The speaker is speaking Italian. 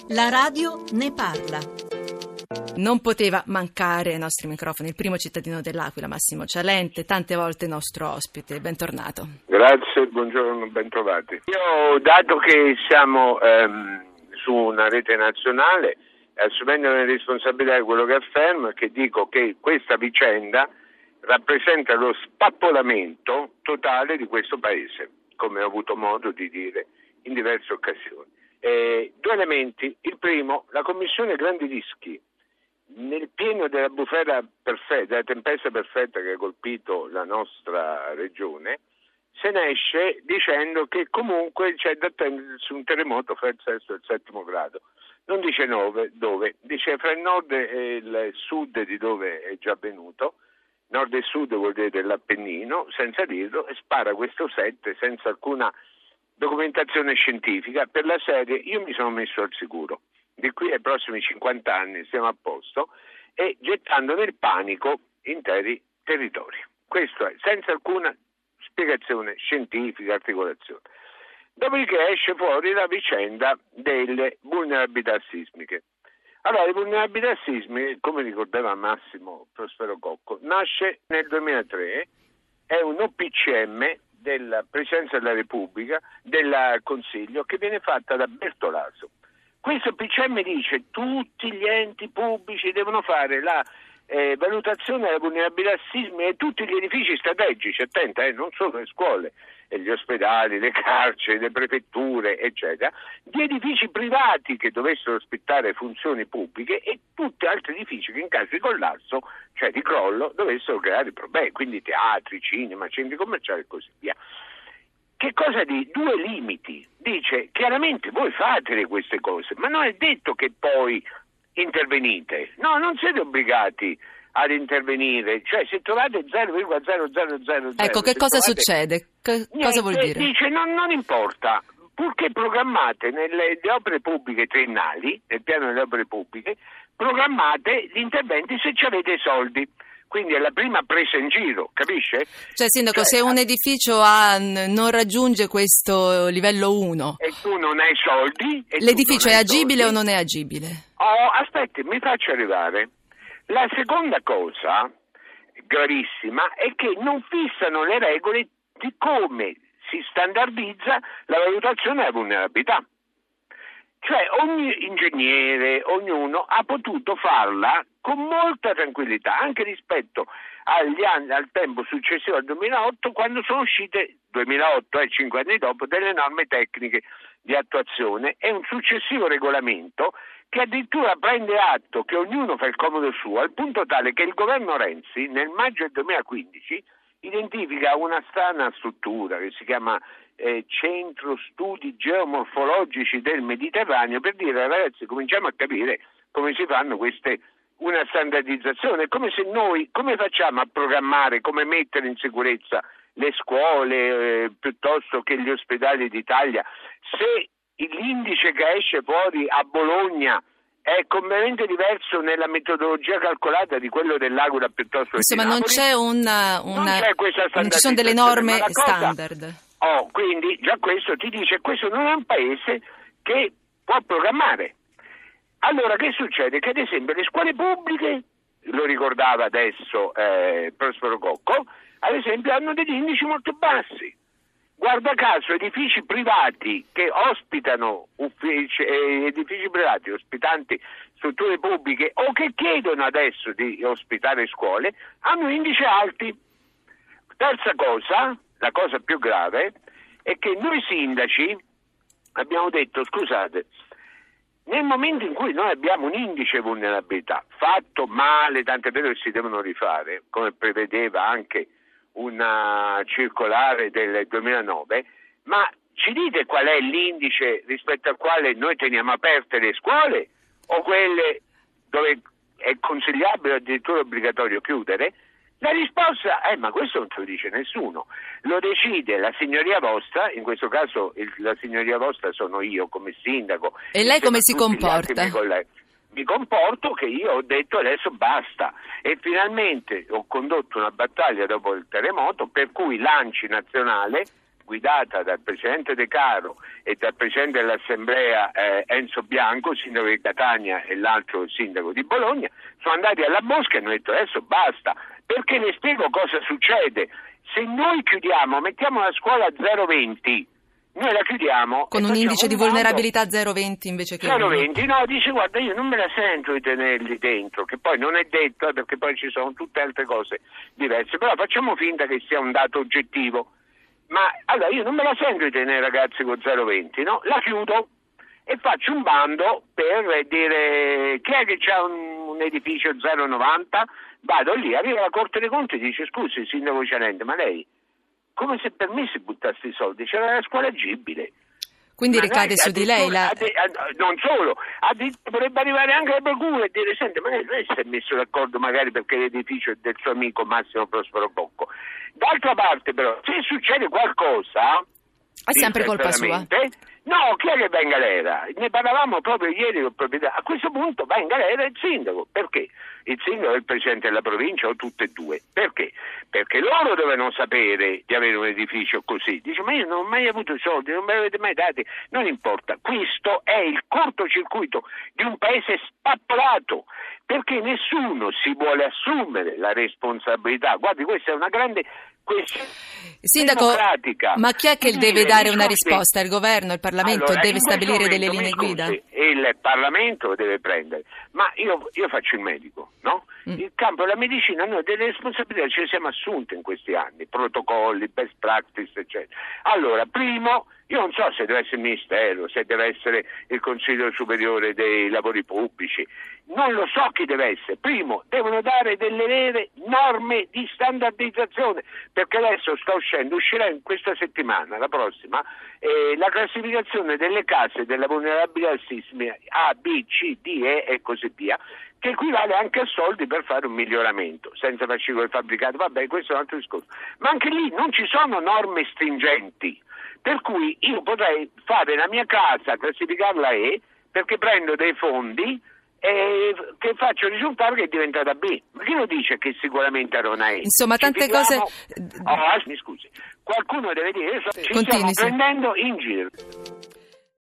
La radio ne parla. Non poteva mancare ai nostri microfoni il primo cittadino dell'Aquila, Massimo Cialente, tante volte nostro ospite. Bentornato. Grazie, buongiorno, bentrovati. Io, dato che siamo su una rete nazionale, assumendo le responsabilità di quello che affermo, che dico che questa vicenda rappresenta lo spappolamento totale di questo Paese, come ho avuto modo di dire in diverse occasioni. Due elementi. Il primo, la Commissione Grandi Rischi, nel pieno della bufera perfetta, della tempesta perfetta che ha colpito la nostra regione, se ne esce dicendo che comunque c'è da attendersi un terremoto fra il sesto e il settimo grado. Non dice dove, dice fra il nord e il sud di dove è già avvenuto. Nord e sud vuol dire dell'Appennino, senza dirlo, e spara questo 7 senza alcuna documentazione scientifica. Per la serie, io mi sono messo al sicuro. Di qui ai prossimi 50 anni siamo a posto, e gettando nel panico interi territori. Questo è, senza alcuna spiegazione scientifica, articolazione. Dopodiché esce fuori la vicenda delle vulnerabilità sismiche. Allora, le vulnerabilità sismiche, come ricordava Massimo Prospero Cocco, nasce nel 2003, è un OPCM della Presidenza della Repubblica, del Consiglio, che viene fatta da Bertolaso. Questo PCM dice che tutti gli enti pubblici devono fare la valutazione della vulnerabilità sismica di tutti gli edifici strategici, attenta, non solo le scuole, gli ospedali, le carceri, le prefetture, eccetera, di edifici privati che dovessero ospitare funzioni pubbliche e tutti altri edifici che in caso di collasso, cioè di crollo, dovessero creare problemi, quindi teatri, cinema, centri commerciali e così via. Che cosa dice? Due limiti. Dice, chiaramente voi fate queste cose, ma non è detto che poi intervenite. No, non siete obbligati ad intervenire. Cioè, se trovate 0,0000... Ecco, che cosa succede? Cosa vuol dire? Dice, non importa, purché programmate nelle opere pubbliche triennali, nel piano delle opere pubbliche, programmate gli interventi se ci avete i soldi. Quindi è la prima presa in giro, capisce? Cioè, Sindaco, se un edificio non raggiunge questo livello 1... E tu non hai soldi... L'edificio è agibile o non è agibile? Oh, aspetti, mi faccio arrivare. La seconda cosa gravissima è che non fissano le regole di come si standardizza la valutazione della vulnerabilità. Cioè ogni ingegnere, ognuno ha potuto farla con molta tranquillità, anche rispetto agli anni, al tempo successivo al 2008, quando sono uscite, 2008 e 5 anni dopo, delle norme tecniche di attuazione e un successivo regolamento che addirittura prende atto che ognuno fa il comodo suo, al punto tale che il governo Renzi nel maggio del 2015 identifica una strana struttura che si chiama Centro Studi Geomorfologici del Mediterraneo, per dire ragazzi, cominciamo a capire come si fanno queste, una standardizzazione, come se noi, come facciamo a programmare, come mettere in sicurezza le scuole piuttosto che gli ospedali d'Italia, se l'indice che esce fuori a Bologna è completamente diverso nella metodologia calcolata di quello dell'Aquila piuttosto che insomma di Napoli. Non ci sono delle norme standard. Quindi già questo ti dice che questo non è un paese che può programmare. Allora che succede? Che ad esempio le scuole pubbliche, lo ricordava adesso Prospero Cocco, ad esempio hanno degli indici molto bassi. Guarda caso edifici privati che ospitano edifici privati ospitanti strutture pubbliche o che chiedono adesso di ospitare scuole hanno indici alti. Terza cosa, la cosa più grave, è che noi sindaci abbiamo detto, scusate, nel momento in cui noi abbiamo un indice vulnerabilità fatto male, tant'è vero che si devono rifare, come prevedeva anche una circolare del 2009, ma ci dite qual è l'indice rispetto al quale noi teniamo aperte le scuole o quelle dove è consigliabile o addirittura obbligatorio chiudere? La risposta è ma questo non te lo dice nessuno, lo decide la signoria vostra, in questo caso la signoria vostra sono io come sindaco. E lei come si comporta? Mi comporto che io ho detto adesso basta e finalmente ho condotto una battaglia dopo il terremoto per cui l'ANCI nazionale guidata dal Presidente De Caro e dal Presidente dell'Assemblea Enzo Bianco, sindaco di Catania, e l'altro sindaco di Bologna, sono andati alla Bosca e hanno detto adesso basta, perché le spiego cosa succede. Se noi chiudiamo, mettiamo la scuola a 0,20, noi la chiudiamo con un indice di vulnerabilità 0,20 invece che 0,20, no, dice guarda io non me la sento di tenerli dentro, che poi non è detto perché poi ci sono tutte altre cose diverse, però facciamo finta che sia un dato oggettivo, ma allora io non me la sento di tenere ragazzi con 0,20, no? La chiudo e faccio un bando per dire chi è che c'ha un edificio 0,90, vado lì, arriva la Corte dei Conti e dice scusi sindaco Cialente, ma lei come se per me si buttasse i soldi, c'era la scuola agibile. Quindi ricade su di lei non solo, potrebbe arrivare anche la procura e dire senti ma lei si è messo d'accordo magari perché l'edificio è del suo amico Massimo Prospero Bocco. D'altra parte però se succede qualcosa è sempre colpa sua. No, chi è che va in galera? Ne parlavamo proprio ieri col proprietario. A questo punto va in galera il sindaco. Perché? Il sindaco è il presidente della provincia o tutte e due. Perché? Perché loro dovevano sapere di avere un edificio così. Dice, ma io non ho mai avuto i soldi, non me li avete mai dati. Non importa. Questo è il cortocircuito di un paese spappolato. Perché nessuno si vuole assumere la responsabilità. Guardi, questa è una grande questione Sindaco, democratica. Ma chi è che deve dare una risposta? Il governo, il Parlamento allora, deve stabilire delle linee guida? Il Parlamento lo deve prendere, ma io faccio il medico, no? Il campo della medicina noi delle responsabilità ce le siamo assunte in questi anni, protocolli, best practice, eccetera. Allora, primo, io non so se deve essere il Ministero, se deve essere il Consiglio Superiore dei Lavori Pubblici, non lo so chi deve essere. Primo, devono dare delle vere norme di standardizzazione, perché adesso uscirà in questa settimana, la prossima, la classificazione delle case della vulnerabilità sismica A, B, C, D, E e così via, che equivale anche a soldi per fare un miglioramento, senza fascicolo fabbricato, vabbè, questo è un altro discorso. Ma anche lì non ci sono norme stringenti, per cui io potrei fare la mia casa, classificarla E, perché prendo dei fondi e che faccio risultare che è diventata B. Ma chi lo dice che sicuramente era una E? Insomma, tante cose... mi scusi, qualcuno deve dire, ci Continui, stiamo prendendo in giro.